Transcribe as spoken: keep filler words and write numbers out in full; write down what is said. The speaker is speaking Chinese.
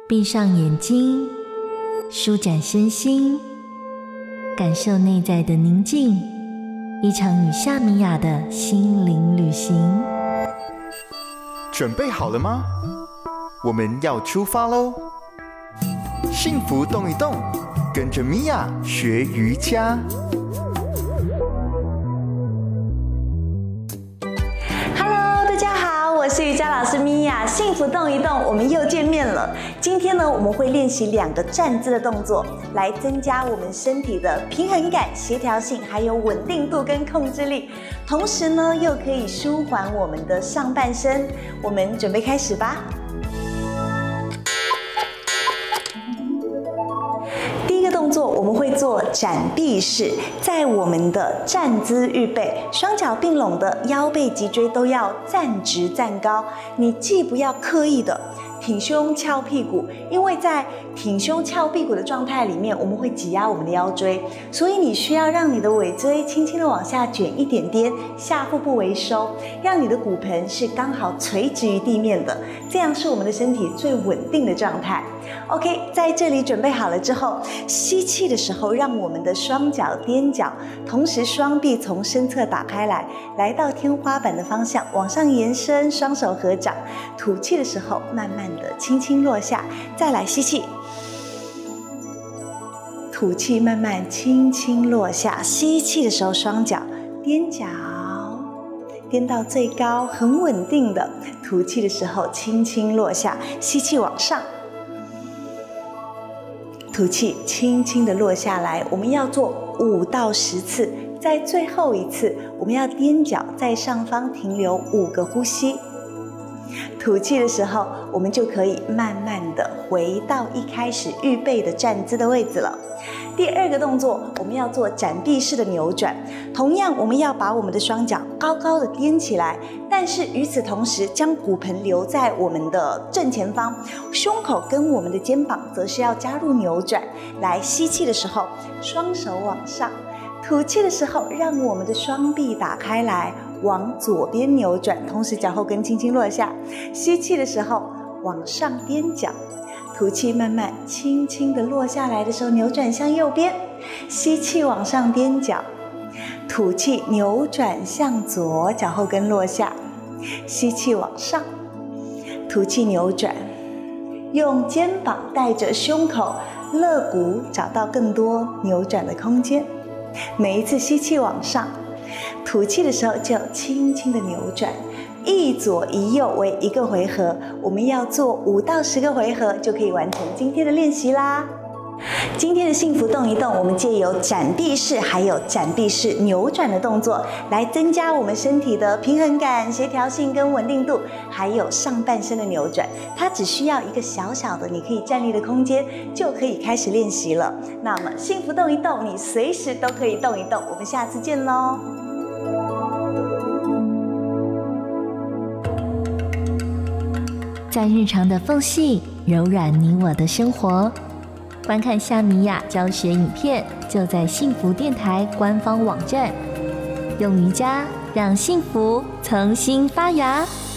闭上眼睛，舒展身心，感受内在的宁静，一场与夏米雅的心灵旅行。 准备好了吗？我们要出发喽！幸福动一动，跟着米娅学瑜伽。 我是瑜伽老师米娅，幸福动一动，我们又见面了。今天呢，我们会练习两个站姿的动作，来增加我们身体的平衡感、协调性，还有稳定度跟控制力。同时呢，又可以舒缓我们的上半身。我们准备开始吧。动作我们会做展臂式，在我们的站姿预备，双脚并拢的腰背脊椎都要站直站高。你既不要刻意的挺胸翘屁股，因为在挺胸翘屁股的状态里面，我们会挤压我们的腰椎，所以你需要让你的尾椎轻轻的往下卷一点点，下腹部微收，让你的骨盆是刚好垂直于地面的，这样是我们的身体最稳定的状态。OK， 在这里准备好了之后，吸气的时候，让我们的双脚踮脚，同时双臂从身侧打开来，来到天花板的方向，往上延伸，双手合掌。吐气的时候，慢慢的轻轻落下。再来吸气，吐气慢慢轻轻落下。吸气的时候，双脚踮脚，踮到最高，很稳定的。吐气的时候，轻轻落下。吸气往上。吐气，轻轻的落下来。我们要做五到十次，在最后一次，我们要踮脚在上方停留五个呼吸。吐气的时候，我们就可以慢慢的回到一开始预备的站姿的位置了。第二个动作，我们要做展臂式的扭转。同样，我们要把我们的双脚高高的踮起来，但是与此同时，将骨盆留在我们的正前方，胸口跟我们的肩膀则是要加入扭转。来，吸气的时候，双手往上；吐气的时候，让我们的双臂打开来，往左边扭转，同时脚后跟轻轻落下。吸气的时候，往上踮脚。吐气慢慢轻轻的落下来的时候，扭转向右边。吸气往上踮脚，吐气扭转向左，脚后跟落下。吸气往上，吐气扭转，用肩膀带着胸口，肋骨找到更多扭转的空间。每一次吸气往上，吐气的时候就轻轻的扭转。一左一右为一个回合，我们要做五到十个回合就可以完成今天的练习啦。今天的幸福动一动，我们借由展臂式还有展臂式扭转的动作，来增加我们身体的平衡感、协调性跟稳定度，还有上半身的扭转。它只需要一个小小的你可以站立的空间，就可以开始练习了。那么幸福动一动，你随时都可以动一动。我们下次见咯。 在日常的缝隙柔软你我的生活。观看夏米雅教学影片，就在幸福电台官方网站。用瑜伽让幸福重新发芽。